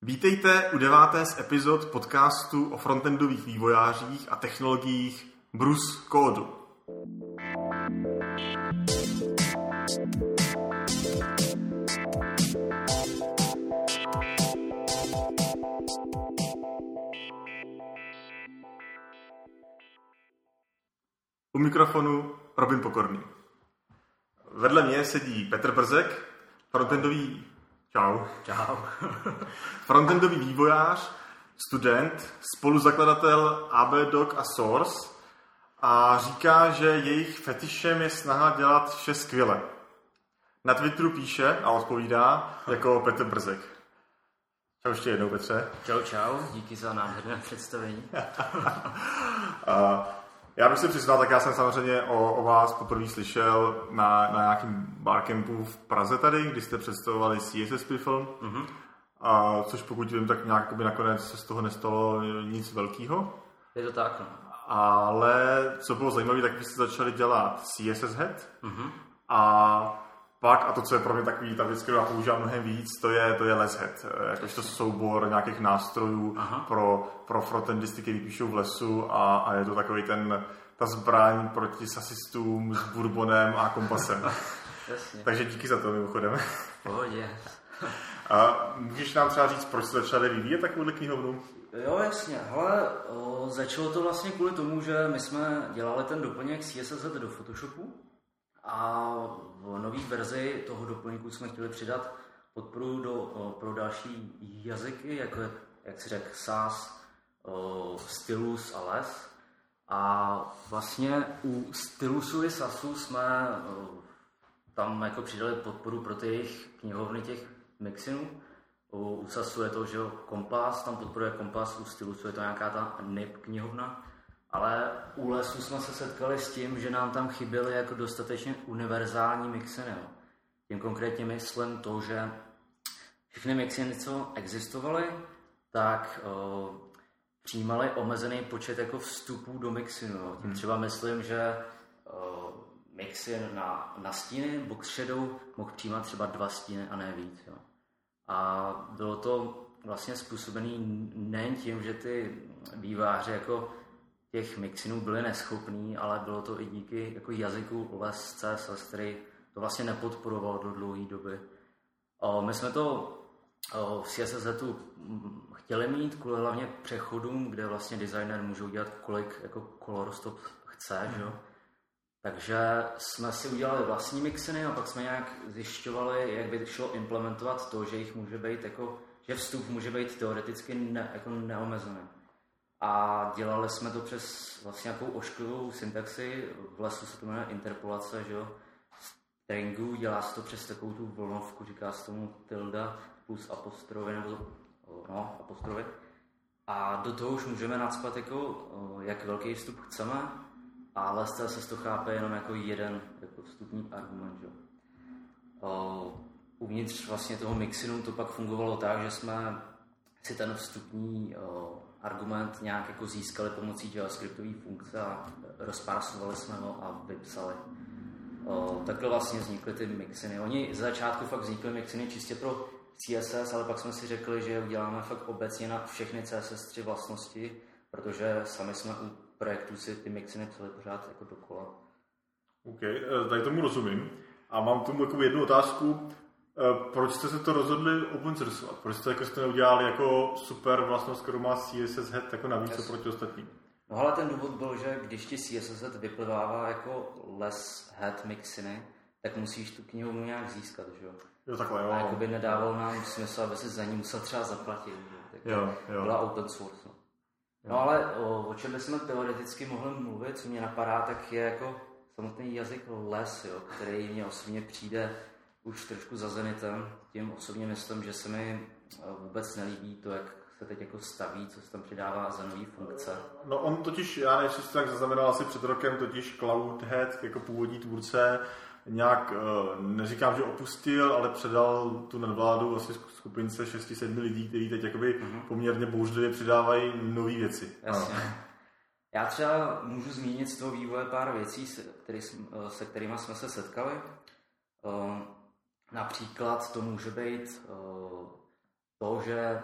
Vítejte u 9. z epizod podcastu o frontendových vývojářích a technologiích Brus kódu. U mikrofonu Robin Pokorný. Vedle mě sedí Petr Brzek, frontendový vývojář, student, spoluzakladatel ABDoc a Source a říká, že jejich fetišem je snaha dělat vše skvěle. Na Twitteru píše a odpovídá jako Petr Brzek. Čau ještě jednou, Petře. Čau, díky za nádherné představení. Já bych se přiznal, tak já jsem samozřejmě o vás poprvé slyšel na nějakém barcampu v Praze tady, kdy jste představovali CSS Film, což pokud vím, tak nějak nakonec se z toho nestalo nic velkého. Je to tak, no. Ale co bylo zajímavé, tak vy jste začali dělat CSS Head a pak, a to, co je pro mě takový, ta věc, kterou já používám mnohem víc, to je LessHead, jakožto soubor nějakých nástrojů pro frontendisty, kteří píšou v lesu a je to takový ta zbraň proti sasistům s bourbonem a kompasem. Jasně. Takže díky za to, mimochodem. Pohodě. A můžeš nám třeba říct, proč jste začali vyvíjet takovouhle knihovnu? Jo, jasně. Hele, začalo to vlastně kvůli tomu, že my jsme dělali ten doplněk CSS do Photoshopu a v nový verzi toho doplňku jsme chtěli přidat podporu pro další jazyky, jako je, jak si řekl, SAS, Stylus a Less. A vlastně u Stylusu i SASu jsme tam jako přidali podporu pro ty jejich knihovny těch mixinů. U SASu je to, že Kompas, tam podporuje Kompas, u Stylusu je to nějaká ta NIP knihovna. Ale u Lessu jsme se setkali s tím, že nám tam chyběly jako dostatečně univerzální mixiny. Tím konkrétně myslím to, že všechny mixiny, co existovaly, tak přijímaly omezený počet jako vstupů do mixinu. Tím třeba myslím, že mixin na stíny, box shadow, mohl přijímat třeba 2 stíny a ne víc. Jo. A bylo to vlastně způsobené nejen tím, že ty vývojáři jako těch mixinů byli neschopní, ale bylo to i díky jako jazyku Less CSS, který to vlastně nepodporoval do dlouhé doby. My jsme to v CSS-u chtěli mít kvůli hlavně přechodům, kde vlastně designer může udělat kolik jako color stop chce, že? Takže jsme si udělali vlastní mixiny a pak jsme nějak zjišťovali, jak by šlo implementovat to, že jich může být jako, že vstup může být teoreticky jako neomezený. A dělali jsme to přes vlastně nějakou ošklivou syntaxi, v Lessu se to jmenuje interpolace, že jo. Stringu dělá se to přes takovou tu vlnovku, říká se tomu tilda plus apostrophe, nebo apostrophe. A do toho už můžeme nacpat jako, jak velký vstup chceme, ale se to chápe jenom jako jeden jako vstupní argument, že jo. Uvnitř vlastně toho mixinu to pak fungovalo tak, že jsme si ten vstupní argument nějak jako získali pomocí javascriptové funkce a rozparsovali jsme ho a vypsali. Takhle vlastně vznikly ty mixiny. Oni z začátku fakt vznikly mixiny čistě pro CSS, ale pak jsme si řekli, že uděláme fakt obecně na všechny CSS3 vlastnosti, protože sami jsme u projektů si ty mixiny psali pořád jako dokola. OK, tady tomu rozumím. A mám tomu jako jednu otázku. Proč jste se to rozhodli open sourceovat? Proč jste to neudělali jako super vlastnost, kterou má CSS Head jako navíc oproti ostatním? No ale ten důvod byl, že když ti CSS Head vyplivává jako Less Head mixiny, tak musíš tu knihovnu nějak získat, že jo? Jo, takhle, jo. A jakoby nedávalo nám smysl, aby si za ní musel třeba zaplatit, tak jo. Byla open source. No ale o čem bychom teoreticky mohli mluvit, co mě napadá, tak je jako samotný jazyk Less, jo, který mě osobně přijde už trošku za zenitem. Tím osobně myslím, že se mi vůbec nelíbí to, jak se teď jako staví, co se tam přidává za nový funkce. No on totiž, já nevím, jestli tak zaznamenal asi před rokem, totiž Cloudhead jako původní tvůrce nějak, neříkám, že opustil, ale předal tu nadvládu vlastně skupince 6-7 lidí, kteří teď jakoby poměrně bouřlivě přidávají nové věci. Jasně. Já třeba můžu zmínit z toho vývoje pár věcí, se kterými jsme se setkali. Například to může být to, že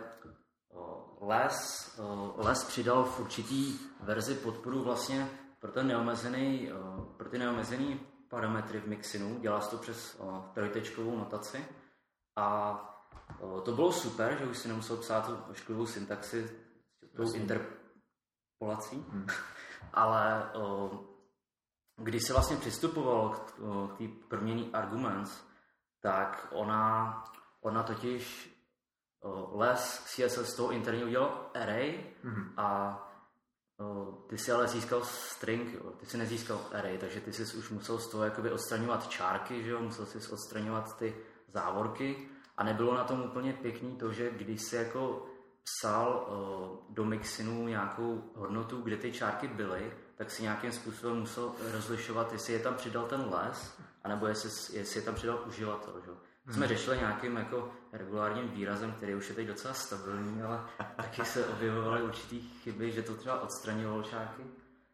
Les přidal v určitý verzi podporu vlastně pro ty neomezený parametry v Mixinu, dělá se to přes trojtečkovou notaci a to bylo super, že už si nemusel psát tu ošklivou syntaxi, tou interpolací, ale když se vlastně přistupoval k té proměně arguments, tak ona totiž Les CSS z toho interně udělal array a ty si ale získal string, ty si nezískal array, takže ty si už musel z toho jakoby odstraňovat čárky, že jo? Musel si odstraňovat ty závorky a nebylo na tom úplně pěkný to, že když si jako psal do Mixinu nějakou hodnotu, kde ty čárky byly, tak si nějakým způsobem musel rozlišovat, jestli je tam přidal ten Les, anebo jestli je tam přidal uživatel, že? Jsme řešili nějakým jako regulárním výrazem, který už je teď docela stabilní, ale taky se objevovaly určitý chyby, že to třeba odstraňovalo čárky.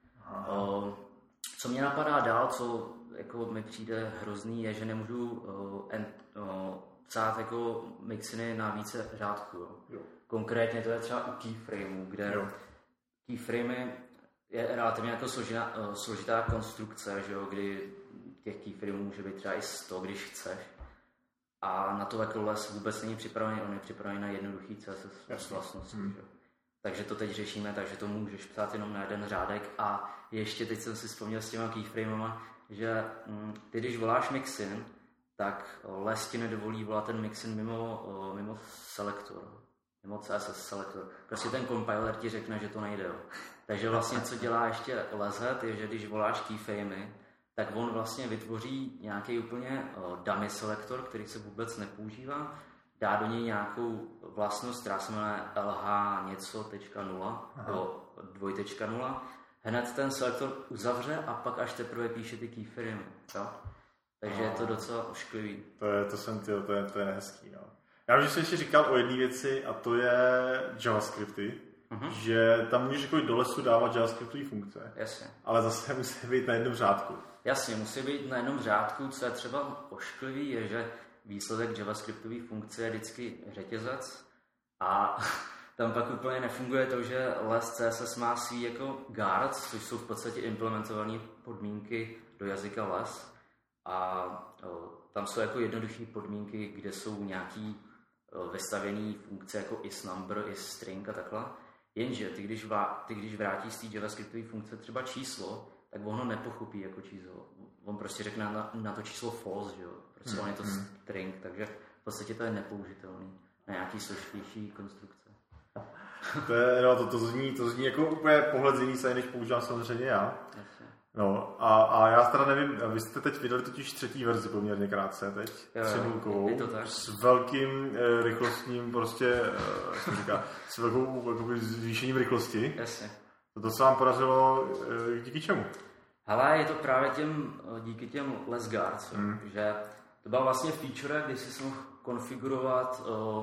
Co mě napadá dál, co jako mi přijde hrozný, je, že nemůžu psát jako mixiny na více řádků. Jo. Konkrétně to je třeba u keyframeu, kde keyframey je relativně jako složitá konstrukce, že jo, kdy těch keyframeů může být třeba i 100, když chceš. A na to jako Les vůbec není připravený, on je připravený na jednoduchý CSS vlastnosti. Takže to teď řešíme, takže to můžeš psát jenom na jeden řádek. A ještě teď jsem si vzpomněl s těma keyframema, že ty když voláš Mixin, tak Les ti nedovolí volat ten Mixin mimo selektor, mimo CSS selektor. Prostě ten compiler ti řekne, že to nejde. Jo. Takže vlastně co dělá ještě LesHead, je, že když voláš keyframey, tak on vlastně vytvoří nějaký úplně dummy selektor, který se vůbec nepoužívá, dá do něj nějakou vlastnost, která se jmenuje LH něco.0 nebo 2.0, hned ten selektor uzavře a pak až teprve píše ty keyframey. Takže je to docela ošklivý. To je hezký. No. Já už jsem ještě říkal o jedné věci a to je JavaScripty. Že tam můžeš jako do lesu dávat JavaScriptové funkce. Jasně. Ale zase musí být na jednom řádku. Jasně, musí být na jednom řádku. Co je třeba ošklivý, je, že výsledek JavaScriptové funkce je vždycky řetězec a tam pak úplně nefunguje to, že Les CSS má svý jako guards, což jsou v podstatě implementované podmínky do jazyka Les a tam jsou jako jednoduché podmínky, kde jsou nějaký vystavěné funkce jako isNumber, isString a takhle. Jenže ty když vrátíš z té JavaScriptové funkce třeba číslo, tak on ho nepochopí jako číslo. On prostě řekne na to číslo false, že jo? Prostě on je to string, takže v podstatě to je nepoužitelný na nějaký složitější konstrukce. To zní jako úplně pohled z jiný strany, než používám samozřejmě já. No a já teda nevím, vy jste teď vydali totiž třetí verzi poměrně krátce teď, 3.0, s velkým rychlostním prostě, jak se říká, s velkou zvýšením rychlosti. Jasně. To se vám podařilo díky čemu? Hele, je to právě díky těm Les Guards, že to byla vlastně feature, kdy si mohl konfigurovat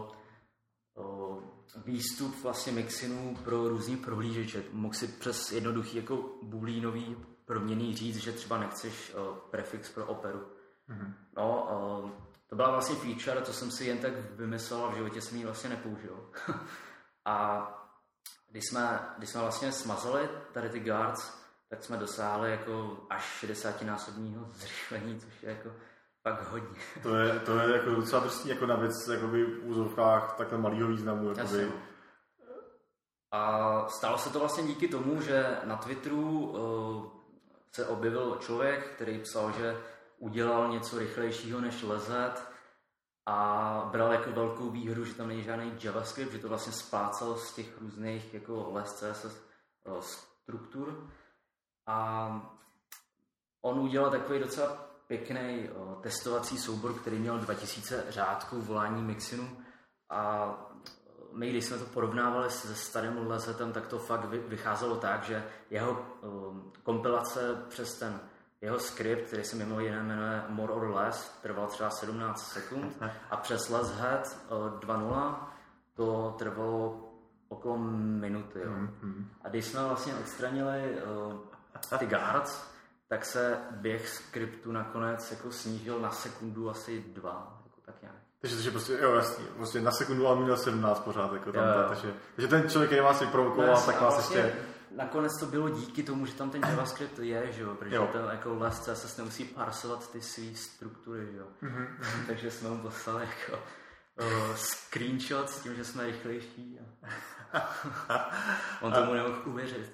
výstup vlastně Mixinu pro různý prohlížeče. Mohl si přes jednoduchý jako booleanový proměnný říct, že třeba nechceš prefix pro operu. No, to byla vlastně feature, to jsem si jen tak vymyslel a v životě jsem ji vlastně nepoužil. A když jsme vlastně smazali tady ty guards, tak jsme dosáhli jako až 60násobného zrychlení, což je jako fakt hodně. To je jako docela drsný jako na věc jakoby v úzovkách takhle malého významu. Jakoby. A stalo se to vlastně díky tomu, že na Twitteru se objevil člověk, který psal, že udělal něco rychlejšího než LesHead a bral jako velkou výhru, že tam není žádný JavaScript, že to vlastně splácal z těch různých jako Les CSS struktur. A on udělal takový docela pěkný testovací soubor, který měl 2000 řádků volání Mixinu a my, když jsme to porovnávali se starým LesHeadem, tak to fakt vycházelo tak, že jeho kompilace přes ten jeho skript, který se mimo jiné jmenuje More or Less, trval třeba 17 sekund a přes LesHead 2.0 to trvalo okolo minuty. Jo. A když jsme vlastně odstranili ty guards, tak se běh skriptu nakonec jako snížil na sekundu asi 2, jako tak nějak. Takže prostě, jo, jasný, prostě na sekundu ale měl 17 pořád, jako tam, takže ten člověk, který vás vyprovokoval, tak vás vlastně ještě... Nakonec to bylo díky tomu, že tam ten JavaScript je, že jo, protože ten jako les CSS nemusí parsovat ty svý struktury, že jo. Takže jsme mu poslali jako screenshot s tím, že jsme rychlejší a on tomu nemohl uvěřit.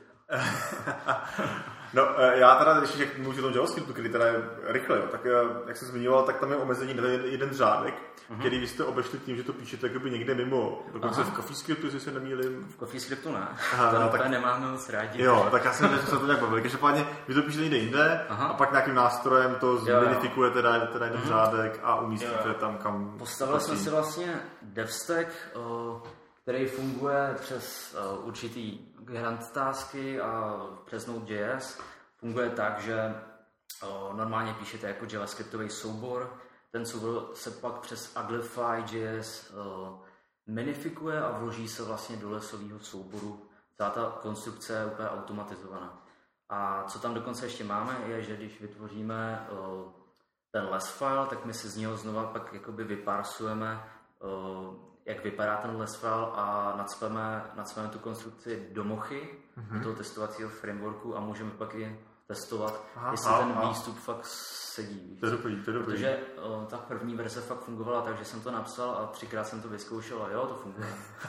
No, já teda, když můžu tomu JavaScriptu, který teda je rychle, jo, tak jak jsem zmiňoval, tak tam je omezení na jeden řádek, který vy jste obešli tím, že to píšete jakoby někde mimo, dokonce v CoffeeScriptu, jestli se nemýlím. V CoffeeScriptu ne, to úplně nemáme moc rádi. Jo, tak já jsem se to nějak bavil, každopádně vy to píšete někde jinde a pak nějakým nástrojem to zminifikujete, teda jeden řádek a umístíte tam, kam... Postavili jsme si vlastně DevStack, který funguje přes určitý grant tasky a přes Node.js. Funguje tak, že normálně píšete jako javascriptový soubor. Ten soubor se pak přes Uglify.js minifikuje a vloží se vlastně do lesového souboru. Celá ta konstrukce je úplně automatizovaná. A co tam dokonce ještě máme, je, že když vytvoříme ten les file, tak my si z něho znova pak jakoby vyparsujeme jak vypadá ten les file a nacpeme tu konstrukci do mochy, do toho testovacího frameworku a můžeme pak i testovat, jestli ten výstup fakt sedí. To je dobrý. Protože ta první verze fakt fungovala tak, že jsem to napsal a 3krát jsem to vyzkoušel a jo, to funguje.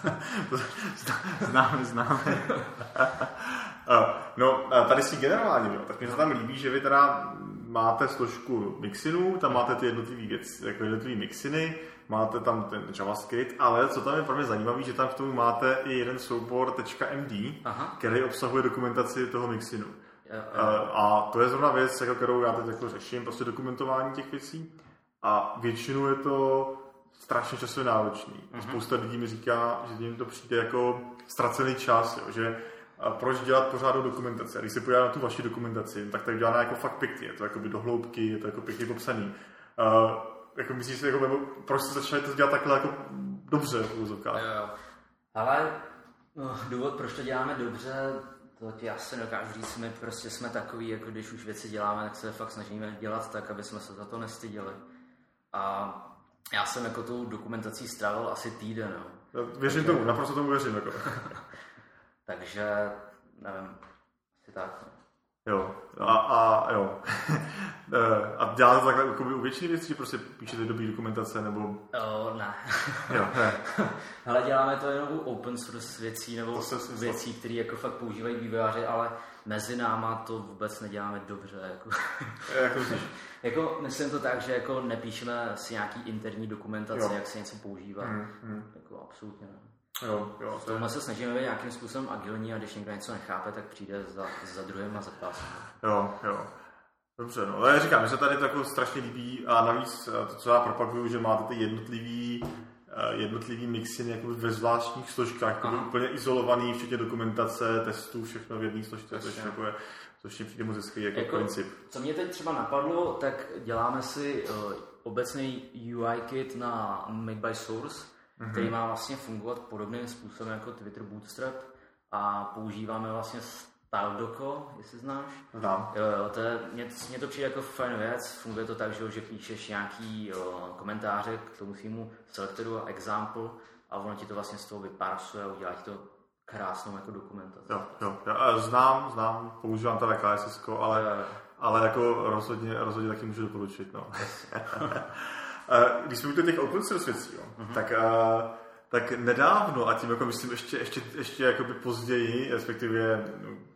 Známe. No, tady si generálně, jo, tak mi se tam líbí, že vy teda máte složku mixinů, tam máte ty jednotlivý věci, jako jednotlivý mixiny, máte tam ten JavaScript, ale co tam je pro mě zajímavé, že tam k tomu máte i jeden soubor .md, který obsahuje dokumentaci toho mixinu. A to je zrovna věc, jako kterou já teď jako řeším, prostě dokumentování těch věcí. A většinou je to strašně časově náročný. Spousta lidí mi říká, že jim to přijde jako ztracený čas, jo, že proč dělat pořádnou dokumentaci. A když se podívá na tu vaši dokumentaci, tak to dělána jako fakt pěkně. Je to jako do hloubky, je to jako pěkně popsaný. Jako myslíš si, jako, proč jste začali to dělat takhle jako dobře v úzovkách? Jo. Ale důvod, proč to děláme dobře, to ti asi nedokážu říct. My prostě jsme takový, jako když už věci děláme, tak se fakt snažíme dělat tak, aby jsme se za to nestyděli. A já jsem jako tou dokumentací strávil asi týden. No. Věřím tomu, naprosto tomu věřím. Jako. Takže, nevím, asi tak. Jo, a jo. A děláte takhle u většiny věcí, že prostě píšete dobrý dokumentace, nebo... Ne. Jo, ne. Ale děláme to jenom u open source věcí, nebo věcí, které jako fakt používají vývojáři, ale mezi náma to vůbec neděláme dobře. Jako. Jako myslím to tak, že jako nepíšeme si nějaký interní dokumentace, jak se něco používá. Jako absolutně ne. Jo, v tomhle se snažíme být nějakým způsobem agilní a když někdo něco nechápe, tak přijde za druhým a zeptá se. Jo. Dobře, no. Ale já říkám, že se tady to jako strašně líbí a navíc to, co já propaguju, že máte ty jednotlivý mixiny jakoby ve zvláštních složkách, jakoby úplně izolovaný, včetně dokumentace, testů, všechno v jedné složce, což je přijde moc hezký jako princip. Co mě teď třeba napadlo, tak děláme si obecný UI kit na Made by Source, který má vlastně fungovat podobným způsobem jako Twitter Bootstrap a používáme vlastně StyleDoco, jestli znáš. Znám. Jo, mně to přijde jako fajn věc, funguje to tak, že píšeš nějaký komentáře k tomu svýmu selektoru a example a ono ti to vlastně z toho vyparsuje a udělá ti to krásnou jako dokumentaci. Jo. Já znám, používám teda KSS, ale jako rozhodně taky můžu doporučit, no. Když jsme u těch open source věcí, tak nedávno, a tím jako myslím ještě jakoby později, respektive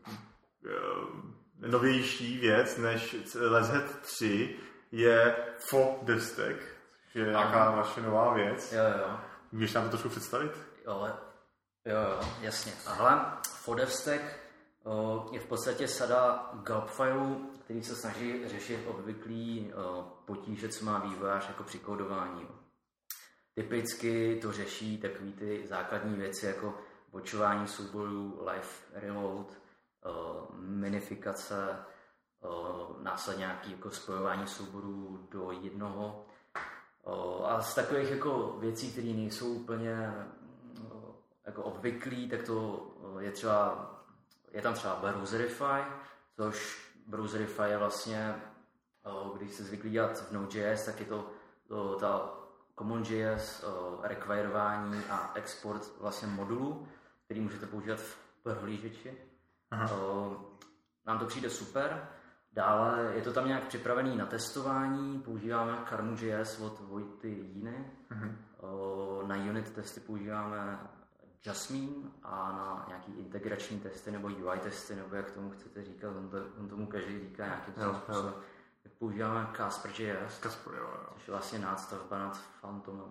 novější věc než LSHET 3 je FODevStack, že je nějaká vaše nová věc. Jo. Můžeš nám to trošku představit? Jo, jasně. Hele, FODevStack je v podstatě sada gulp fileů, který se snaží řešit obvyklý potíže, co má vývojář jako při kódování. Typicky to řeší takový ty základní věci jako bočování souborů, live reload, minifikace, následně nějaký jako spojování souborů do jednoho. A z takových jako věcí, které nejsou úplně jako obvyklý, tak to je tam třeba Browserify, což Browserify je vlastně, když se zvyklí dělat v Node.js, tak je to ta CommonJS, requirování a export vlastně modulů, který můžete používat v prohlížeči. Nám to přijde super. Dále je to tam nějak připravený na testování, používáme Karmu.js od Vojty Jíny. Na unit testy používáme Jasmine a na nějaký integrační testy nebo UI testy, nebo jak tomu chcete říkat, on tomu každý říká nějakým způsobem. Tak používáme Casper.js, což je vlastně nástavba nad Phantomem.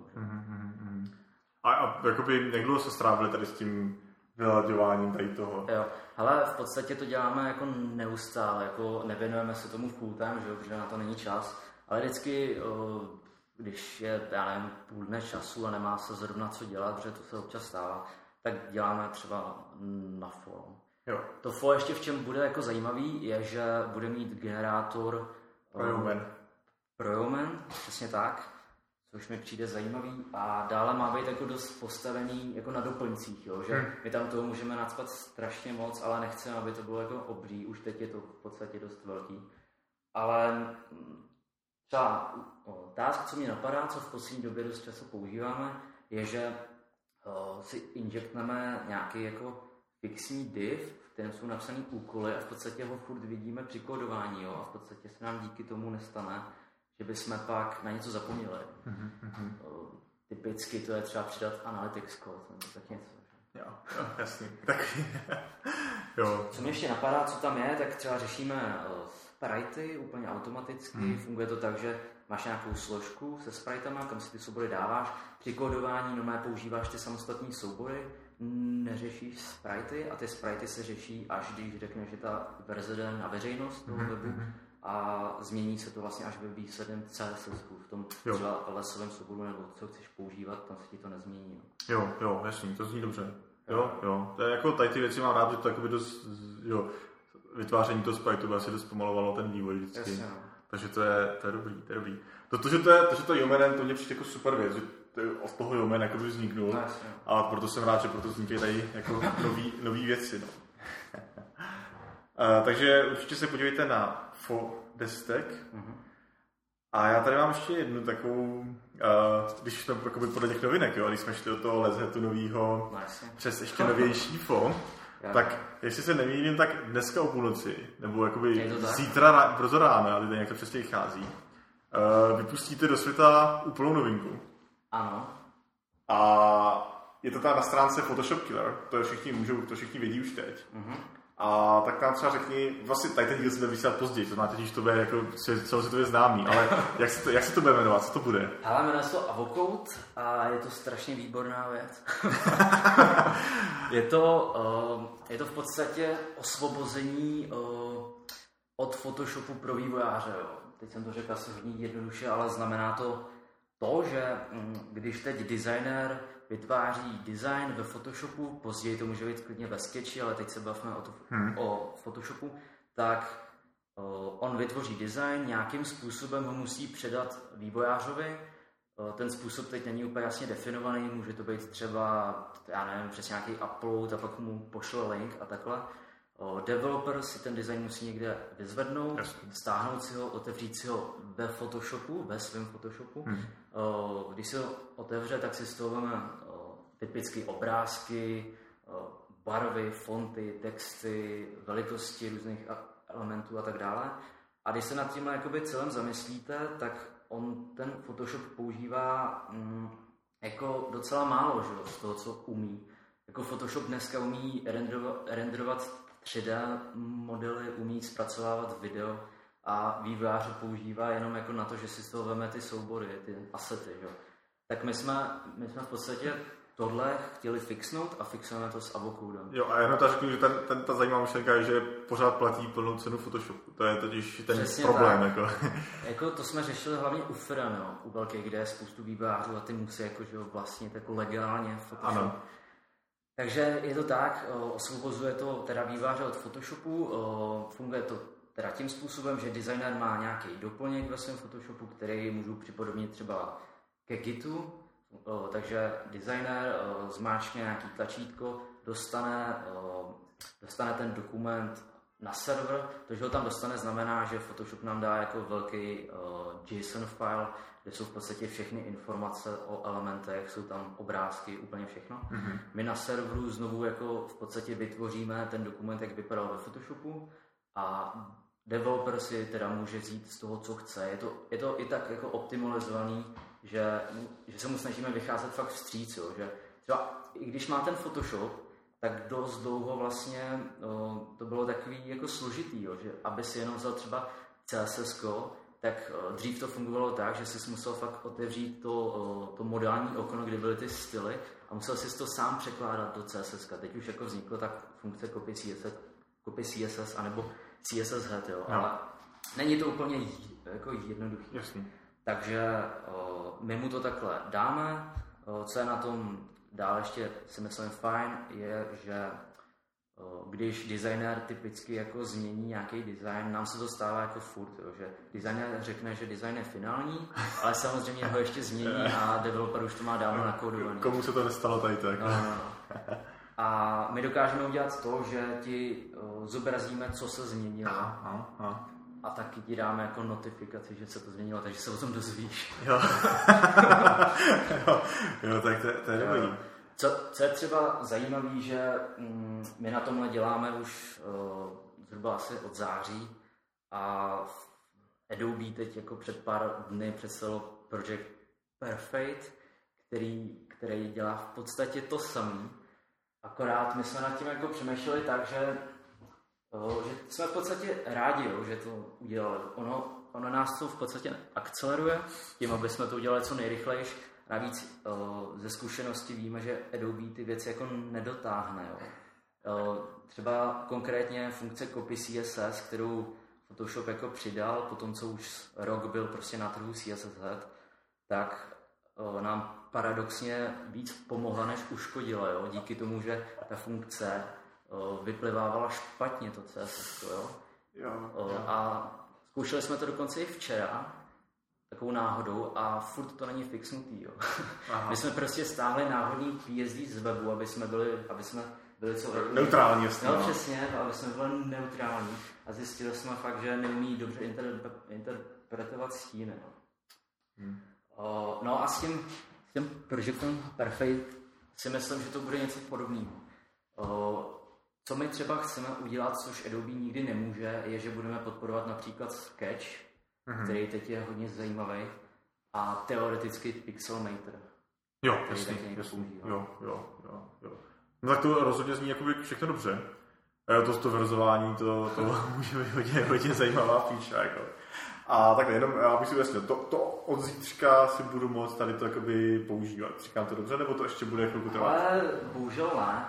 A jakoby jak dlouho se strávili tady s tím vylaďováním tady toho? Jo, ale v podstatě to děláme jako neustále, jako nevěnujeme se tomu full time, že jo, protože na to není čas, ale vždycky, když je, já nevím, půl dne času a nemá se zrovna co dělat, protože to se občas stává, tak děláme třeba na FO. Jo. To FO ještě v čem bude jako zajímavý, je, že bude mít generátor pro Yeoman, přesně tak, což mi přijde zajímavý, a dále má být jako dost postavený jako na doplňcích, jo? Že my tam toho můžeme nacpat strašně moc, ale nechceme, aby to bylo jako obří, už teď je to v podstatě dost velký. Ale třeba task, co mě napadá, co v poslední době dost často používáme, je, že si injektneme nějaký jako fixní div, v kterém jsou napsané úkoly a v podstatě ho furt vidíme při kódování, jo? A v podstatě se nám díky tomu nestane, že bychom pak na něco zapomněli. Typicky to je třeba přidat analytics code, nebo tak něco. Jo, jasný. Tak, jo. Co mě ještě napadá, co tam je, tak třeba řešíme sprity úplně automaticky. Funguje to tak, že máš nějakou složku se spritama, kam si ty soubory dáváš. Při kódování normálně používáš ty samostatní soubory, neřešíš sprity a ty sprity se řeší, až když řekneš, že ta verze jde na veřejnost toho webu. A změní se to vlastně až ve výsledném CSS v tom třeba lesovém souboru, nebo co chceš používat, tam se ti to nezmění. Jo, jasný, to zní dobře. Jo. To je jako tady ty věci mám rád, že to jakoby dost, vytváření toho sprite by asi dost pomalovalo ten vývoj vždycky. Jasně. Takže to je dobrý. To, že to Yeomanem, to mě přijde jako super věc, že to od toho Yeoman jakoby vzniknul. A proto jsem rád, že proto vznikají tady jako nový věci. No. Takže určitě se podívejte na Destek. A já tady mám ještě jednu takovou, když to podle těch novinek, jo, když jsme šli do toho Lezhetu novýho přes ještě novější tak jestli se nemýlím, tak dneska o půlnoci, nebo jakoby zítra brzo ráno, ale teď jak to přesně vychází, vypustíte do světa úplnou novinku. Ano. A je to tam na stránce Photoshop Killer, to všichni vědí už teď. A tak tam třeba řekni, vlastně tady ten díl se bude vysílat později, to znamená, že to bude jako celosvětově známý, ale jak se to bude jmenovat, co to bude? Ale jmenuje se to Avocode a je to strašně výborná věc. je to v podstatě osvobození od Photoshopu pro vývojáře. Jo. Teď jsem to řekl asi hodně jednoduše, ale znamená to, že když teď designer vytváří design ve Photoshopu, později to může být klidně ve Sketchi, ale teď se bavíme o Photoshopu, tak on vytvoří design, nějakým způsobem ho musí předat vývojářovi. Ten způsob teď není úplně jasně definovaný, může to být třeba, já nevím, přes nějaký upload a pak mu pošle link a takhle. Developer si ten design musí někde vyzvednout, stáhnout si ho, otevřít si ho ve Photoshopu, ve svém Photoshopu. Když se ho otevře, tak si z toho veme typicky obrázky, barvy, fonty, texty, velikosti různých elementů a tak dále. A když se nad tím jakoby celém zamyslíte, tak on ten Photoshop používá jako docela málo, že? Z toho, co umí. Jako Photoshop dneska umí renderovat 3D modely, umí zpracovávat video a vývojář používá jenom jako na to, že si z toho veme ty soubory, ty asety. Že? Tak my jsme v podstatě tohle chtěli fixnout a fixujeme to s Avocodem. Jo, a jenom to řeknu, že ta zajímavá myšlenka je, že pořád platí plnou cenu Photoshopu. To je totiž ten přesně problém. Jako to jsme řešili hlavně u firm, u velkých, kde je spoustu vývojářů a ty musí vlastně jako legálně Photoshop. Ano. Takže je to tak, osvobozuje to teda vývojáře od Photoshopu, funguje to teda tím způsobem, že designer má nějaký doplněk ve svém Photoshopu, který můžu připodobnit třeba ke Gitu, takže designer zmáčkne nějaký tlačítko, dostane ten dokument na server. To, že ho tam dostane, znamená, že Photoshop nám dá jako velký JSON file, kde jsou v podstatě všechny informace o elementech, jsou tam obrázky, úplně všechno. Mm-hmm. My na serveru znovu jako v podstatě vytvoříme ten dokument, jak vypadal ve Photoshopu a developer si teda může vzít z toho, co chce. Je to i tak jako optimalizovaný, že se mu snažíme vycházet fakt vstříc, jo, že třeba i když má ten Photoshop, tak dost dlouho vlastně to bylo takový jako složitý, jo, že aby si jenom vzal třeba CSS-ko, tak dřív to fungovalo tak, že jsi musel fakt otevřít to modální okno, kde byly ty styly a musel si to sám překládat do CSS. Teď už jako vzniklo tak funkce copy CSS anebo CSS head, jo, ale není to úplně jako jednoduchý. Jasný. Takže my mu to takhle dáme. Co je na tom dál ještě si myslím fajn, je, že když designer typicky jako změní nějaký design, nám se to stává jako furt, jo, že designer řekne, že design je finální, ale samozřejmě ho ještě změní a developer už to má dávno nakódovaný. Komu se to nestalo tady tak? No. A my dokážeme udělat to, že ti zobrazíme, co se změnilo. A taky ti dáme jako notifikaci, že se to změnilo, takže se o tom dozvíš. Jo, tak to je dobrý. Co je třeba zajímavé, že my na tomhle děláme už zhruba asi od září a Adobe teď jako před pár dny představilo Project Perfect, který dělá v podstatě to samé. Akorát my jsme nad tím jako přemýšleli tak, že jsme v podstatě rádi, jo, že to udělali. Ono nás to v podstatě akceleruje tím, aby jsme to udělali co nejrychlejší. Navíc ze zkušenosti víme, že Adobe ty věci jako nedotáhne. Jo. Třeba konkrétně funkce copy CSS, kterou Photoshop jako přidal, po tom, co už rok byl prostě na trhu CSS head, tak nám paradoxně víc pomohla, než uškodila. Jo. Díky tomu, že ta funkce vyplivávala špatně to CSS. Jo. A zkoušeli jsme to dokonce i včera, takovou náhodou a furt to není fixnutý. Jo. My jsme prostě stáhli náhodný PSD z webu, aby jsme byli co neutrální. No, přesně, aby jsme byli neutrální a zjistili jsme fakt, že neumí dobře interpretovat stíny. No a s tím Projectem Perfect si myslím, že to bude něco podobného. Co my třeba chceme udělat, což Adobe nikdy nemůže, je, že budeme podporovat například Sketch, který teď je hodně zajímavý, a teoreticky Pixelmator. Jo, jasný. Jo. No tak to rozhodně zní jakoby všechno dobře. To verzování, to může být hodně zajímavá feature. Jako. A tak jenom, já bych si ujasnil, to od zítřka si budu moct tady to jakoby používat. Říkám to dobře, nebo to ještě bude chvilku trvat? Ale bohužel ne.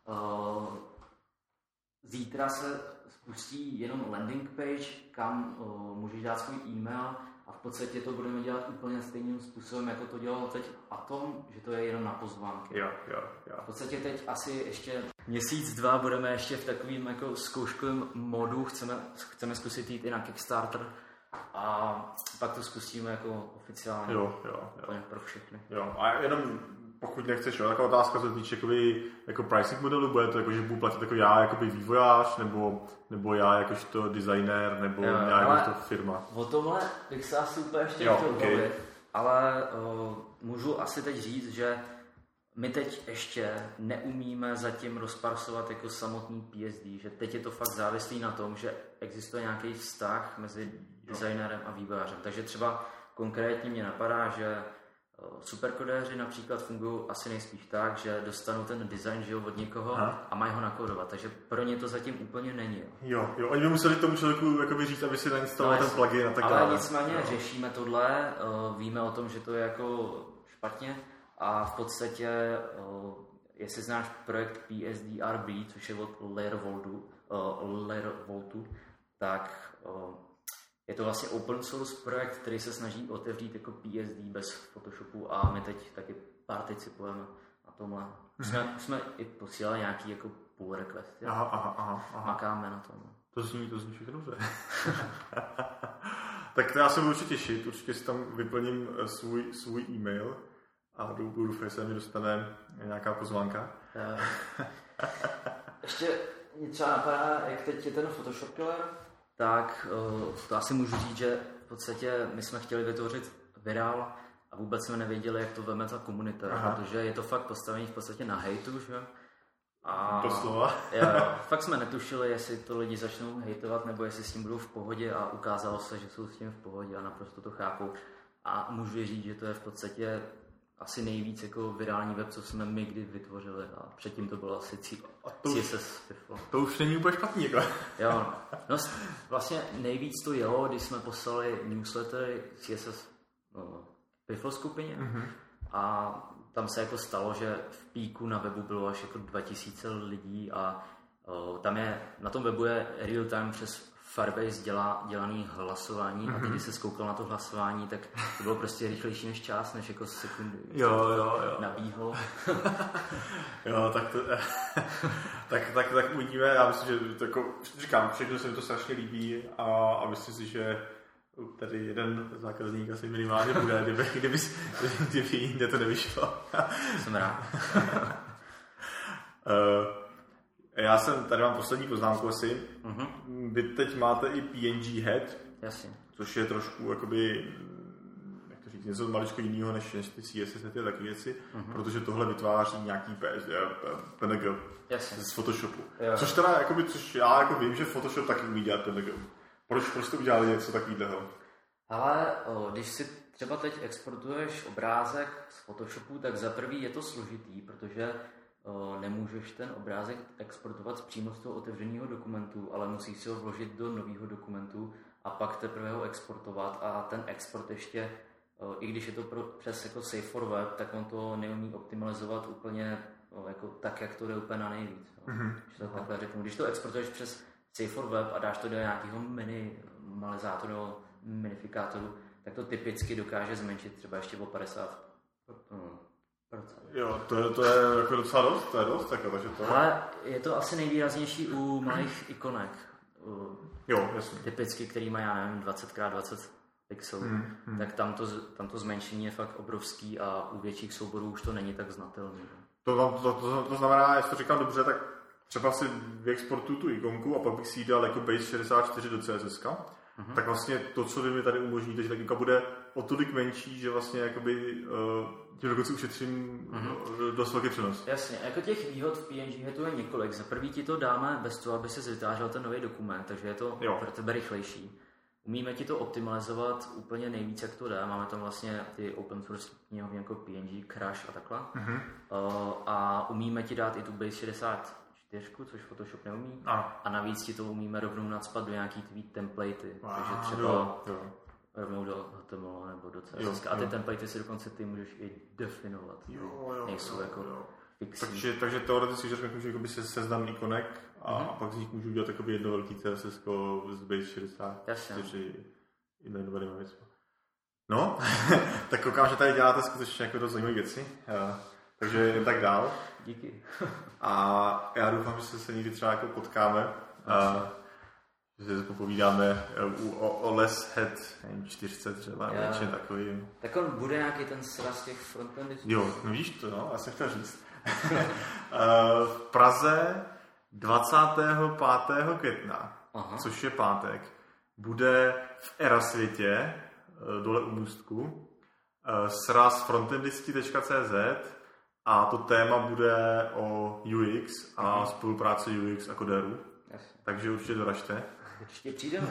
Zítra se spustí jenom landing page, kam můžeš dát svůj e-mail a v podstatě to budeme dělat úplně stejným způsobem, jako to dělalo teď Atom, že to je jenom na pozvánky. Jo. V podstatě teď asi ještě měsíc, dva budeme ještě v takovým jako zkouškovém modu, chceme zkusit jít i na Kickstarter a pak to zkusíme jako oficiálně. Jo. Pro všechny. Jo, a jenom pokud nechceš, jo, taková otázka se týče jako pricing modelu, bude to jako, že budu platit jako já jakoby vývojář, nebo já jakožto designer, nebo nějaká firma. O tomhle bych se asi úplně ještě chtěl bavit, ale můžu asi teď říct, že my teď ještě neumíme zatím rozparsovat jako samotný PSD, že teď je to fakt závislý na tom, že existuje nějaký vztah mezi designérem a vývojářem. Takže třeba konkrétně mě napadá, že superkodéři například fungují asi nejspíš tak, že dostanou ten design, že od někoho a mají ho nakódovat, takže pro ně to zatím úplně není. Jo, oni by museli tomu člověku říct, aby si nainstaloval ten plugin a tak dále. Ale nicméně řešíme tohle, víme o tom, že to je jako špatně a v podstatě, jestli znáš projekt PSDRB, což je od Laravoltu, tak je to vlastně open source projekt, který se snaží otevřít jako PSD bez Photoshopu a my teď taky participujeme na tomhle. Jsme i posílali nějaký jako pull request. Aha. Makáme na tom. To zní všechno dobře. Tak to já se budu určitě těšit, určitě si tam vyplním svůj e-mail a doufám, že se mi dostane nějaká pozvánka. Ještě Mě třeba napadá, jak teď je ten Photoshop killer, tak to asi můžu říct, že v podstatě my jsme chtěli vytvořit virál a vůbec jsme nevěděli, jak to veme ta komunita, protože je to fakt postavený v podstatě na hejtu, že? A doslova. Jo, fakt jsme netušili, jestli to lidi začnou hejtovat, nebo jestli s tím budou v pohodě a ukázalo se, že jsou s tím v pohodě a naprosto to chápou. A můžu říct, že to je v podstatě asi nejvíc jako virální web, co jsme my kdy vytvořili a předtím to bylo asi CSS Piffle. To už není úplně špatný, jako. Jo, no vlastně nejvíc to jelo, když jsme poslali newslettery CSS Piffle skupině a tam se jako stalo, že v píku na webu bylo až jako 2000 lidí a tam je, na tom webu je real time přes Firebase dělaný hlasování a když se skoukal na to hlasování, tak to bylo prostě rychlejší než čas, než jako sekundy. Jo. Nabíhlo. Jo, tak uvidíme. Já myslím, že to jako, říkám, všechno se mi to strašně líbí a myslím si, že tady jeden zákazník asi minimálně bude, kdyby jinde to nevyšlo. Jsem rád. Tady mám poslední poznámku asi. Vy teď máte i PNG head, Jasně. Což je trošku jakoby, jak to říct, něco maličko jiného než ty CSS a taky věci, protože tohle vytváří nějaký PNG z Photoshopu. Jo. Což já jako vím, že Photoshop taky umí dělat PNG. Proč prostě udělali něco takového? Ale když si třeba teď exportuješ obrázek z Photoshopu, tak za prvý je to složitý, protože nemůžeš ten obrázek exportovat přímo z toho otevřeného dokumentu, ale musíš si ho vložit do nového dokumentu a pak teprve ho exportovat a ten export ještě, i když je to přes jako Save for Web, tak on to neumí optimalizovat úplně jako tak, jak to jde úplně na nejvíc. Když to takhle řeknu. Když to exportuješ přes Save for Web a dáš to do nějakého minimalizátoru, minifikátoru, tak to typicky dokáže zmenšit třeba ještě o 50%. Jo, to je jako docela dost, takže to... Ale je to asi nejvýraznější u malých ikonek. Jo, jasně. Typicky, který má, já nevím, 20x20 pixelů, tak tam to zmenšení je fakt obrovský a u větších souborů už to není tak znatelný. To znamená, jestli to říkám dobře, tak třeba si vyexportuju tu ikonku a pak bych si ji dal jako base 64 do CSS, tak vlastně to, co vy mi tady umožníte, že ta ikonka bude o tolik menší, že vlastně jakoby tím dokonce ušetřím dost velký přenos. Jasně, jako těch výhod v PNG tu je několik. Za prvý ti to dáme bez toho, aby se vytvářel ten nový dokument, takže je to pro tebe rychlejší. Umíme ti to optimalizovat úplně nejvíc, jak to dá. Máme tam vlastně ty open source knihovny jako PNG, Crash a takhle. A umíme ti dát i tu base 64, což Photoshop neumí. A navíc ti to umíme rovnou nacpat do nějaký tvý templatey. Takže třeba rovnou do HTML nebo do CSS. A ty templatey si dokonce ty můžeš i definovat. Nejsou jako fixní. Takže teoreticky můžu se seznam ikonek a pak z nich můžu udělat jedno velký CSS z base 64 jmenovanými věcmi. No, tak koukám, že tady děláte skutečně jako dost zajímavé věci. Takže jen tak dál. Díky. A já doufám, že se někdy třeba jako potkáme. Že se popovídáme o Less Head 400 třeba, něčem takovým. Tak on bude nějaký ten sraz těch frontendistů? Jo, no víš to, já jsem chtěl říct. V Praze 25. května, což je pátek, bude v Erasvětě, dole u Můstku, sraz frontendisti.cz a to téma bude o UX a spolupráci UX a kodérů. Takže určitě doražte. Určitě přijdeme.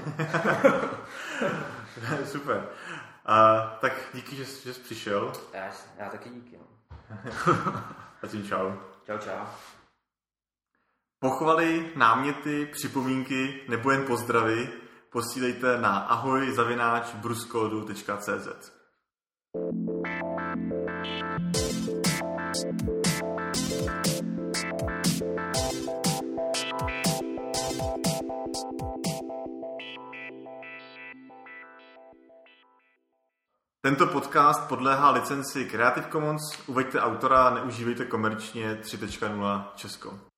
Super. Tak díky, že jsi přišel. Já taky díky. Zatím čau. Čau. Pochvaly, náměty, připomínky nebo jen pozdravy posílejte na ahoj@bruskodu.cz. Tento podcast podléhá licenci Creative Commons, uveďte autora, neužívejte komerčně 3.0 Česko.